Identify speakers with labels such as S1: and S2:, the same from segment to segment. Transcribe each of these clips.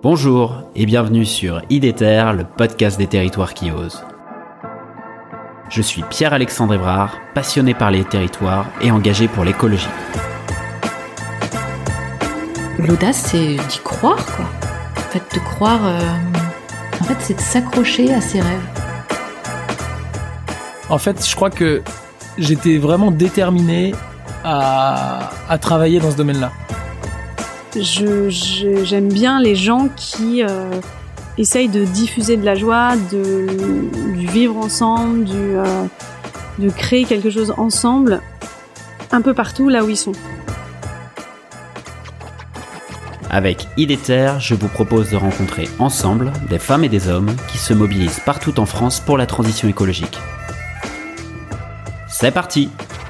S1: Bonjour et bienvenue sur IDETER, le podcast des territoires qui osent. Je suis Pierre-Alexandre Évrard, passionné par les territoires et engagé pour l'écologie.
S2: L'audace, c'est d'y croire, quoi. En fait, de croire... c'est de s'accrocher à ses rêves.
S3: En fait, je crois que j'étais vraiment déterminé à travailler dans ce domaine-là.
S4: J'aime bien les gens qui essayent de diffuser de la joie, du vivre ensemble, de créer quelque chose ensemble, un peu partout là où ils sont.
S1: Avec IDETER, je vous propose de rencontrer ensemble des femmes et des hommes qui se mobilisent partout en France pour la transition écologique. C'est parti!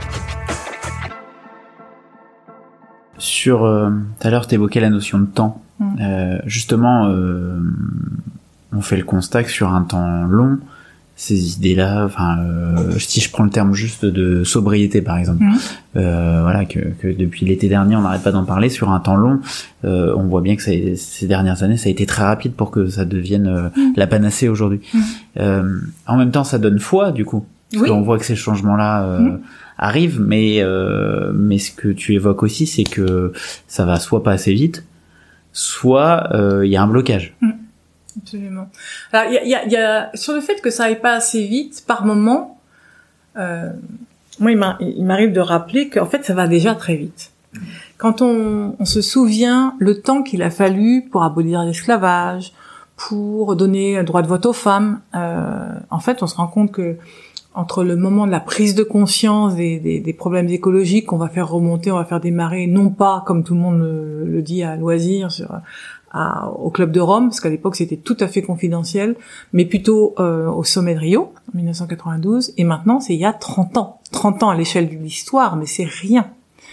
S1: Tout à l'heure, tu évoquais la notion de temps. Justement, on fait le constat que sur un temps long, ces idées-là, si je prends le terme juste de sobriété par exemple, que depuis l'été dernier on n'arrête pas d'en parler, sur un temps long, on voit bien que ces dernières années ça a été très rapide pour que ça devienne la panacée aujourd'hui. En même temps ça donne foi du coup, parce qu'on voit que ces changements-là arrivent, mais ce que tu évoques aussi c'est que ça va soit pas assez vite, soit il y a un blocage.
S5: Absolument. Alors, il y a sur le fait que ça aille pas assez vite, par moment, moi, il m'arrive de rappeler qu'en fait, ça va déjà très vite. Quand on se souvient le temps qu'il a fallu pour abolir l'esclavage, pour donner un droit de vote aux femmes, en fait, on se rend compte que entre le moment de la prise de conscience des problèmes écologiques qu'on va faire remonter, on va faire démarrer, non pas comme tout le monde le dit à loisir au Club de Rome, parce qu'à l'époque c'était tout à fait confidentiel, mais plutôt au sommet de Rio, en 1992, et maintenant c'est il y a 30 ans. 30 ans à l'échelle de l'histoire, mais c'est rien.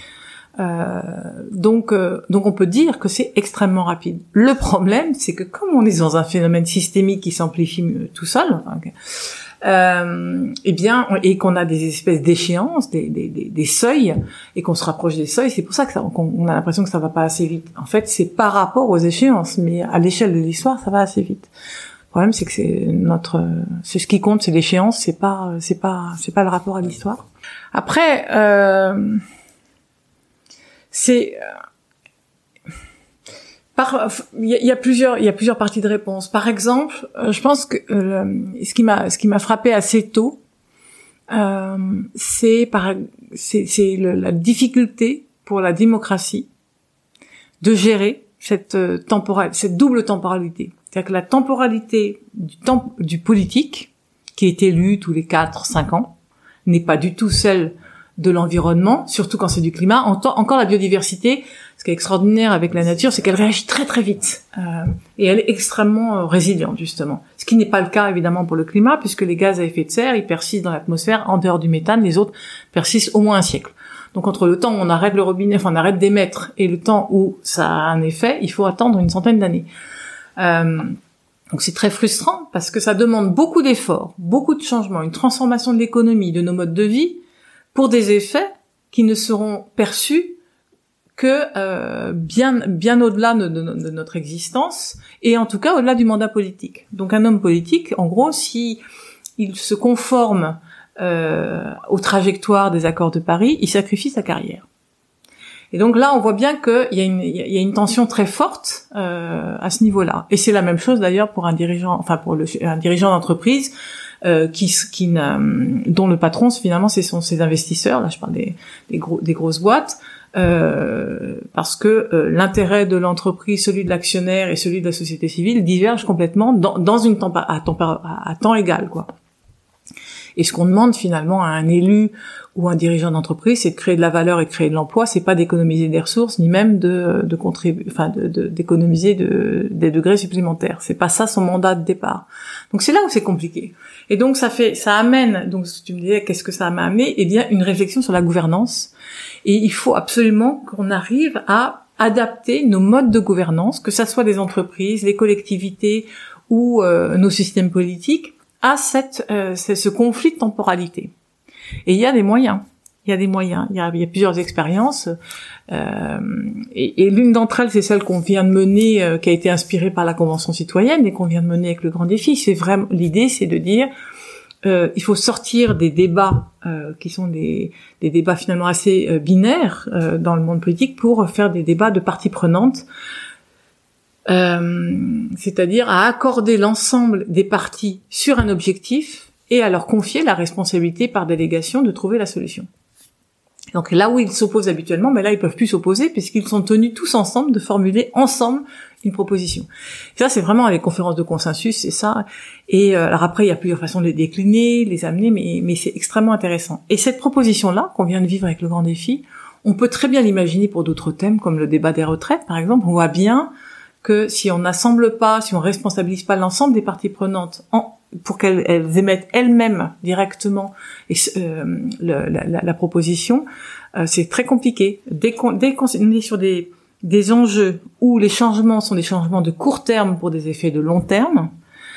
S5: Donc on peut dire que c'est extrêmement rapide. Le problème, c'est que comme on est dans un phénomène systémique qui s'amplifie tout seul, et qu'on a des espèces d'échéances, des seuils, et qu'on se rapproche des seuils, c'est pour ça qu'on a l'impression que ça va pas assez vite. En fait, c'est par rapport aux échéances, mais à l'échelle de l'histoire, ça va assez vite. Le problème, c'est que c'est ce qui compte, c'est l'échéance, c'est pas le rapport à l'histoire. Après, il y a plusieurs parties de réponse. Par exemple, je pense que ce qui m'a frappé assez tôt, c'est la difficulté pour la démocratie de gérer cette double temporalité. C'est-à-dire que la temporalité du politique, qui est élu tous les 4-5 ans, n'est pas du tout celle de l'environnement, surtout quand c'est du climat. Encore la biodiversité, ce qui est extraordinaire avec la nature, c'est qu'elle réagit très très vite. Et elle est extrêmement résiliente, justement. Ce qui n'est pas le cas, évidemment, pour le climat, puisque les gaz à effet de serre, ils persistent dans l'atmosphère, en dehors du méthane, les autres persistent au moins un siècle. Donc entre le temps où on arrête le robinet, on arrête d'émettre, et le temps où ça a un effet, il faut attendre une centaine d'années. Donc c'est très frustrant, parce que ça demande beaucoup d'efforts, beaucoup de changements, une transformation de l'économie, de nos modes de vie, pour des effets qui ne seront perçus que bien au-delà de notre existence, et en tout cas au-delà du mandat politique. Donc un homme politique, en gros, si il se conforme aux trajectoires des accords de Paris, il sacrifie sa carrière. Et donc là, on voit bien qu'il y a une tension très forte à ce niveau-là. Et c'est la même chose d'ailleurs pour un dirigeant d'entreprise dont le patron finalement sont ses investisseurs. Là, je parle des grosses boîtes. Parce que l'intérêt de l'entreprise, celui de l'actionnaire et celui de la société civile divergent complètement à temps égal, quoi. Et ce qu'on demande finalement à un élu ou un dirigeant d'entreprise, c'est de créer de la valeur et de créer de l'emploi. C'est pas d'économiser des ressources, ni même d'économiser des degrés supplémentaires. C'est pas ça son mandat de départ. Donc c'est là où c'est compliqué. Et donc ça amène, donc tu me disais qu'est-ce que ça m'a amené? Eh bien, une réflexion sur la gouvernance. Et il faut absolument qu'on arrive à adapter nos modes de gouvernance, que ça soit des entreprises, les collectivités ou nos systèmes politiques, à ce conflit de temporalité. Et il y a des moyens. Il Il y a des moyens. Il y a plusieurs expériences. Et l'une d'entre elles, c'est celle qu'on vient de mener, qui a été inspirée par la Convention citoyenne et qu'on vient de mener avec le Grand Défi. C'est vraiment l'idée, c'est de dire il faut sortir des débats qui sont des débats finalement assez binaires dans le monde politique pour faire des débats de parties prenantes. C'est-à-dire à accorder l'ensemble des parties sur un objectif et à leur confier la responsabilité par délégation de trouver la solution. Donc là où ils s'opposent habituellement, mais là ils peuvent plus s'opposer puisqu'ils sont tenus tous ensemble de formuler ensemble une proposition. Et ça c'est vraiment les conférences de consensus, c'est ça. Et alors après il y a plusieurs façons de les décliner, les amener, mais c'est extrêmement intéressant. Et cette proposition-là qu'on vient de vivre avec le Grand Défi, on peut très bien l'imaginer pour d'autres thèmes comme le débat des retraites par exemple. On voit bien que si on n'assemble pas, si on responsabilise pas l'ensemble des parties prenantes pour qu'elles émettent elles-mêmes directement la proposition, c'est très compliqué. Dès qu'on est sur des enjeux où les changements sont des changements de court terme pour des effets de long terme,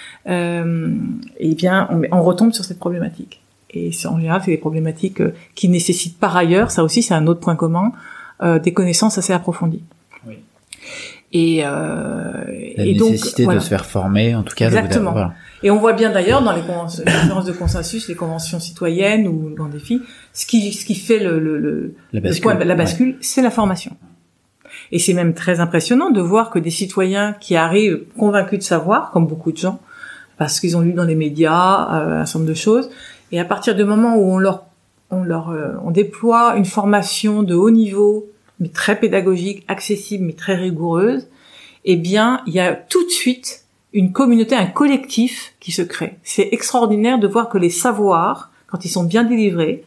S5: eh bien on retombe sur cette problématique. Et en général, c'est des problématiques qui nécessitent par ailleurs, ça aussi c'est un autre point commun, des connaissances assez approfondies.
S1: Oui.
S5: Et
S1: nécessité
S5: donc,
S1: de se faire former, en tout cas.
S5: Exactement.
S1: Voilà.
S5: Et on voit bien d'ailleurs dans les conférences de consensus, les conventions citoyennes ou le Grand Défi, ce qui fait la bascule, c'est la formation. Et c'est même très impressionnant de voir que des citoyens qui arrivent convaincus de savoir, comme beaucoup de gens, parce qu'ils ont lu dans les médias un certain nombre de choses, et à partir du moment où on déploie une formation de haut niveau, mais très pédagogique, accessible, mais très rigoureuse, eh bien, il y a tout de suite une communauté, un collectif qui se crée. C'est extraordinaire de voir que les savoirs, quand ils sont bien délivrés,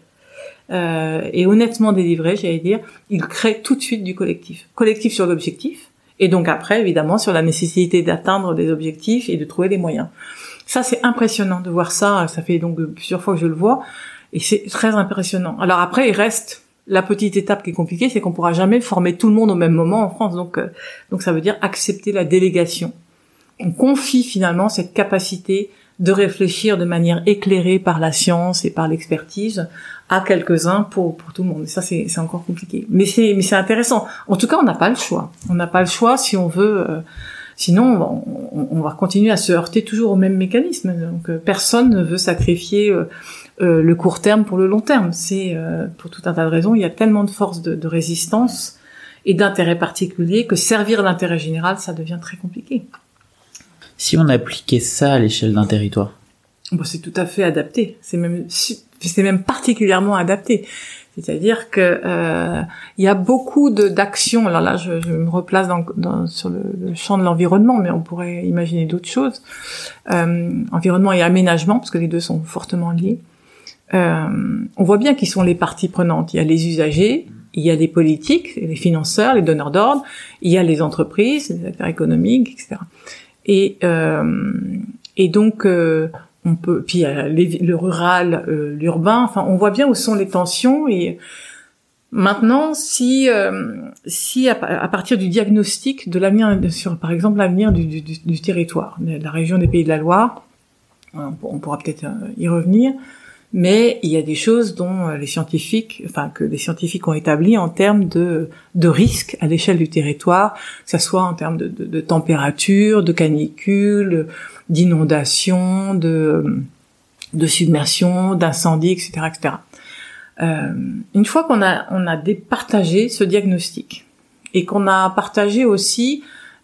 S5: et honnêtement délivrés, j'allais dire, ils créent tout de suite du collectif. Collectif sur l'objectif, et donc après, évidemment, sur la nécessité d'atteindre des objectifs et de trouver les moyens. Ça, c'est impressionnant de voir ça. Ça fait donc plusieurs fois que je le vois, et c'est très impressionnant. Alors après, il reste la petite étape qui est compliquée, c'est qu'on pourra jamais former tout le monde au même moment en France. Donc ça veut dire accepter la délégation. On confie finalement cette capacité de réfléchir de manière éclairée par la science et par l'expertise à quelques-uns pour tout le monde. Et ça, c'est encore compliqué. Mais c'est intéressant. En tout cas, on n'a pas le choix. On n'a pas le choix si on veut. Sinon, on va continuer à se heurter toujours au même mécanisme. Donc personne ne veut sacrifier le court terme pour le long terme. C'est pour tout un tas de raisons. Il y a tellement de forces de résistance et d'intérêts particuliers que servir l'intérêt général, ça devient très compliqué.
S1: Si on appliquait ça à l'échelle d'un territoire,
S5: bon, c'est tout à fait adapté. C'est même particulièrement adapté. C'est-à-dire que il y a beaucoup d'actions. Alors là, je me replace sur le champ de l'environnement, mais on pourrait imaginer d'autres choses. Environnement et aménagement, parce que les deux sont fortement liés. On voit bien qui sont les parties prenantes. Il y a les usagers, il y a les politiques, les financeurs, les donneurs d'ordre, il y a les entreprises, les acteurs économiques, etc. Et donc on peut, puis il y a le rural, l'urbain. Enfin, on voit bien où sont les tensions. Et maintenant, si à partir du diagnostic de l'avenir sur, par exemple, l'avenir du territoire, de la région des Pays de la Loire, on pourra peut-être y revenir. Mais il y a des choses dont que les scientifiques ont établi en termes de risques à l'échelle du territoire, que ça soit en termes de température, de canicule, d'inondation, de submersion, d'incendie, etc., etc. Une fois qu'on a partagé ce diagnostic et qu'on a partagé aussi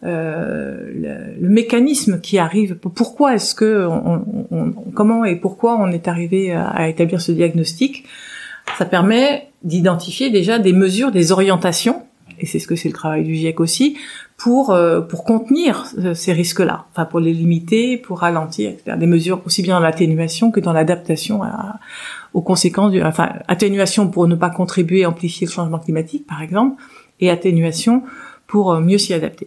S5: le mécanisme qui arrive, pourquoi est-ce que comment et pourquoi on est arrivé à établir ce diagnostic, ça permet d'identifier déjà des mesures, des orientations, et c'est ce que c'est le travail du GIEC aussi, pour contenir ces risques-là, enfin pour les limiter, pour ralentir, etc. Des mesures aussi bien dans l'atténuation que dans l'adaptation aux conséquences atténuation pour ne pas contribuer à amplifier le changement climatique, par exemple, et atténuation pour mieux s'y adapter.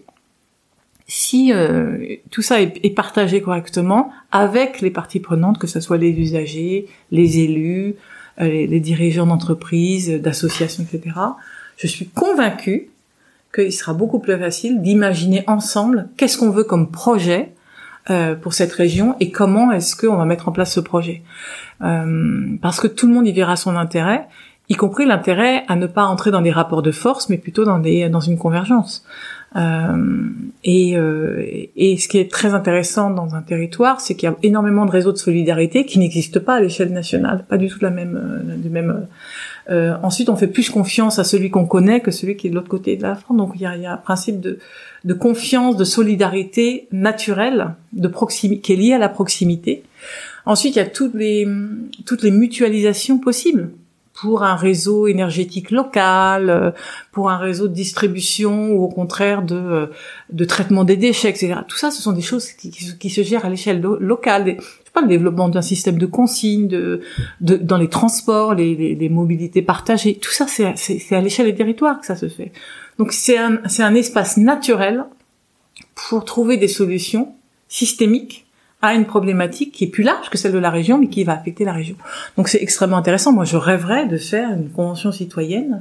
S5: Si tout ça est partagé correctement avec les parties prenantes, que ce soit les usagers, les élus, les dirigeants d'entreprises, d'associations, etc., je suis convaincue qu'il sera beaucoup plus facile d'imaginer ensemble qu'est-ce qu'on veut comme projet pour cette région et comment est-ce qu'on va mettre en place ce projet. Parce que tout le monde y verra son intérêt y compris l'intérêt à ne pas entrer dans des rapports de force, mais plutôt dans une convergence. Et ce qui est très intéressant dans un territoire, c'est qu'il y a énormément de réseaux de solidarité qui n'existent pas à l'échelle nationale, pas du tout du même. Ensuite, on fait plus confiance à celui qu'on connaît que celui qui est de l'autre côté de la France. Donc, il y a un principe de confiance, de solidarité naturelle, de proximité, qui est lié à la proximité. Ensuite, il y a toutes les mutualisations possibles pour un réseau énergétique local, pour un réseau de distribution ou au contraire de traitement des déchets, etc. Tout ça, ce sont des choses qui se gèrent à l'échelle locale. Je parle du développement d'un système de consigne, dans les transports, les mobilités partagées. Tout ça, c'est à l'échelle des territoires que ça se fait. Donc c'est un espace naturel pour trouver des solutions systémiques à une problématique qui est plus large que celle de la région, mais qui va affecter la région. Donc c'est extrêmement intéressant. Moi, je rêverais de faire une convention citoyenne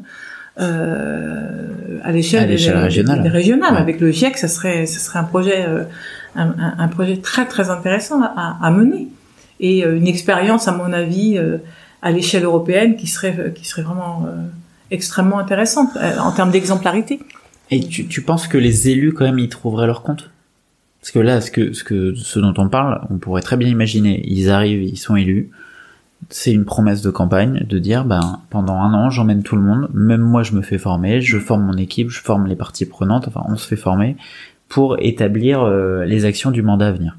S5: à l'échelle régionale.
S1: Ouais.
S5: Avec le GIEC, ça serait un projet très très intéressant à mener, et une expérience, à mon avis, à l'échelle européenne qui serait vraiment extrêmement intéressante en termes d'exemplarité.
S1: Et tu penses que les élus, quand même, y trouveraient leur compte? Parce que là, ce dont on parle, on pourrait très bien imaginer, ils arrivent, ils sont élus, c'est une promesse de campagne de dire, pendant 1 an, j'emmène tout le monde, même moi je me fais former, je forme mon équipe, je forme les parties prenantes, enfin on se fait former pour établir les actions du mandat à venir.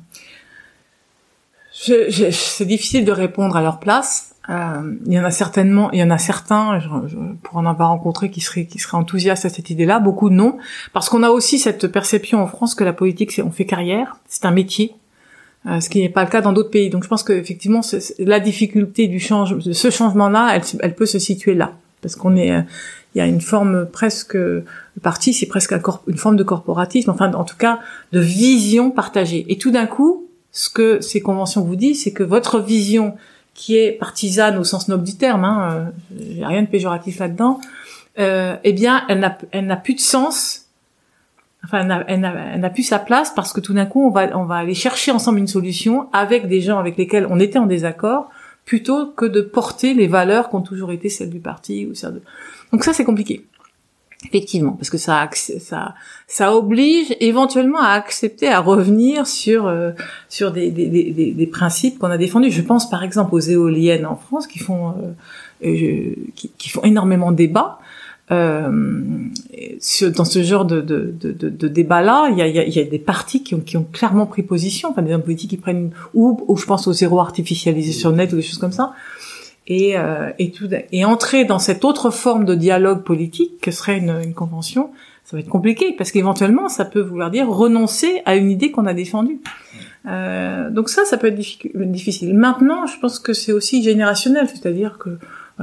S5: C'est difficile de répondre à leur place. Il y en a certains, pour en avoir rencontré, qui seraient enthousiastes à cette idée-là, beaucoup non, parce qu'on a aussi cette perception en France que la politique, on fait carrière, c'est un métier, ce qui n'est pas le cas dans d'autres pays. Donc je pense qu'effectivement, la difficulté de ce changement-là, elle peut se situer là, parce il y a une forme presque, le parti, c'est presque une forme de corporatisme, enfin en tout cas de vision partagée. Et tout d'un coup, ce que ces conventions vous disent, c'est que votre vision, qui est partisane au sens noble du terme, il n'y a rien de péjoratif là-dedans, eh bien, elle n'a plus de sens, enfin, elle n'a plus sa place, parce que tout d'un coup, on va aller chercher ensemble une solution avec des gens avec lesquels on était en désaccord, plutôt que de porter les valeurs qui ont toujours été celles du parti ou celles de... Donc ça, c'est compliqué. Effectivement, parce que ça oblige éventuellement à accepter, à revenir sur des principes qu'on a défendus. Je pense par exemple aux éoliennes en France qui font énormément de débat. Dans ce genre de débat-là, il y a des partis qui ont clairement pris position, enfin des hommes politiques qui prennent, ou je pense au zéro artificialisation net ou des choses comme ça. Et entrer dans cette autre forme de dialogue politique que serait une convention, ça va être compliqué, parce qu'éventuellement ça peut vouloir dire renoncer à une idée qu'on a défendue. Donc ça peut être difficile. Maintenant, je pense que c'est aussi générationnel, c'est-à-dire que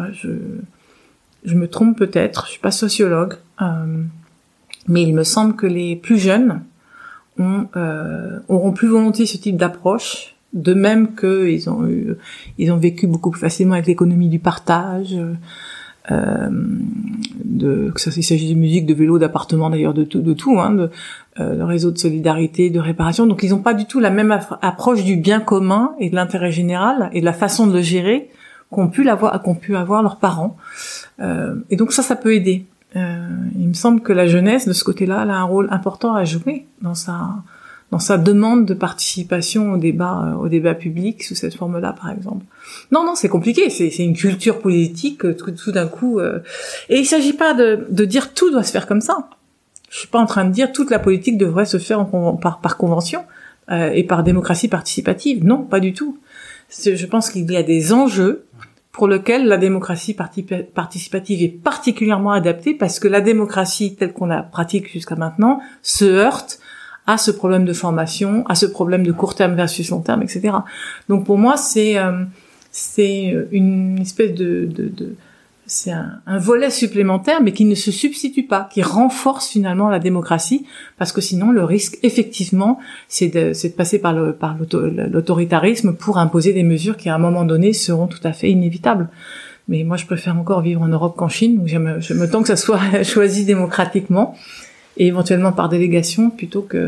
S5: je me trompe peut-être, je suis pas sociologue, mais il me semble que les plus jeunes auront plus volontiers ce type d'approche. De même que ils ont vécu beaucoup plus facilement avec l'économie du partage, il s'agit de musique, de vélo, d'appartement, d'ailleurs de tout, de réseau de solidarité, de réparation. Donc ils n'ont pas du tout la même approche du bien commun et de l'intérêt général et de la façon de le gérer qu'ont pu avoir leurs parents. Et donc ça peut aider. Il me semble que la jeunesse de ce côté-là, elle a un rôle important à jouer dans sa demande de participation au débat public sous cette forme-là, par exemple. Non, c'est compliqué. C'est une culture politique tout d'un coup. Et il s'agit pas de dire tout doit se faire comme ça. Je suis pas en train de dire toute la politique devrait se faire par convention et par démocratie participative. Non, pas du tout. Je pense qu'il y a des enjeux pour lesquels la démocratie participative est particulièrement adaptée, parce que la démocratie telle qu'on la pratique jusqu'à maintenant se heurte à ce problème de formation, à ce problème de court terme versus long terme, etc. Donc pour moi, c'est une espèce c'est un volet supplémentaire, mais qui ne se substitue pas, qui renforce finalement la démocratie, parce que sinon le risque, effectivement, c'est de passer par l'autoritarisme pour imposer des mesures qui à un moment donné seront tout à fait inévitables. Mais moi, je préfère encore vivre en Europe qu'en Chine, donc je me tente que ça soit choisi démocratiquement, et éventuellement par délégation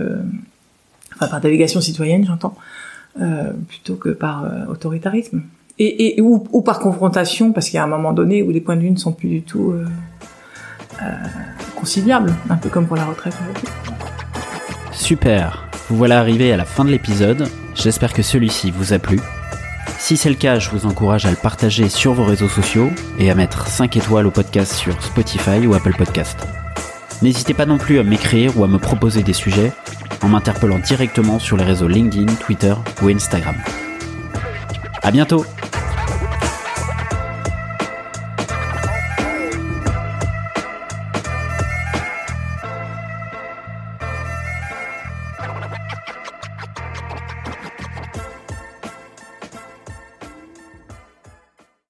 S5: par délégation citoyenne, j'entends, plutôt que par autoritarisme. ou par confrontation, parce qu'il y a un moment donné où les points de vue ne sont plus du tout conciliables, un peu comme pour la retraite.
S1: Super, vous voilà arrivé à la fin de l'épisode, j'espère que celui-ci vous a plu. Si c'est le cas, je vous encourage à le partager sur vos réseaux sociaux et à mettre 5 étoiles au podcast sur Spotify ou Apple Podcast. N'hésitez pas non plus à m'écrire ou à me proposer des sujets en m'interpellant directement sur les réseaux LinkedIn, Twitter ou Instagram. À bientôt!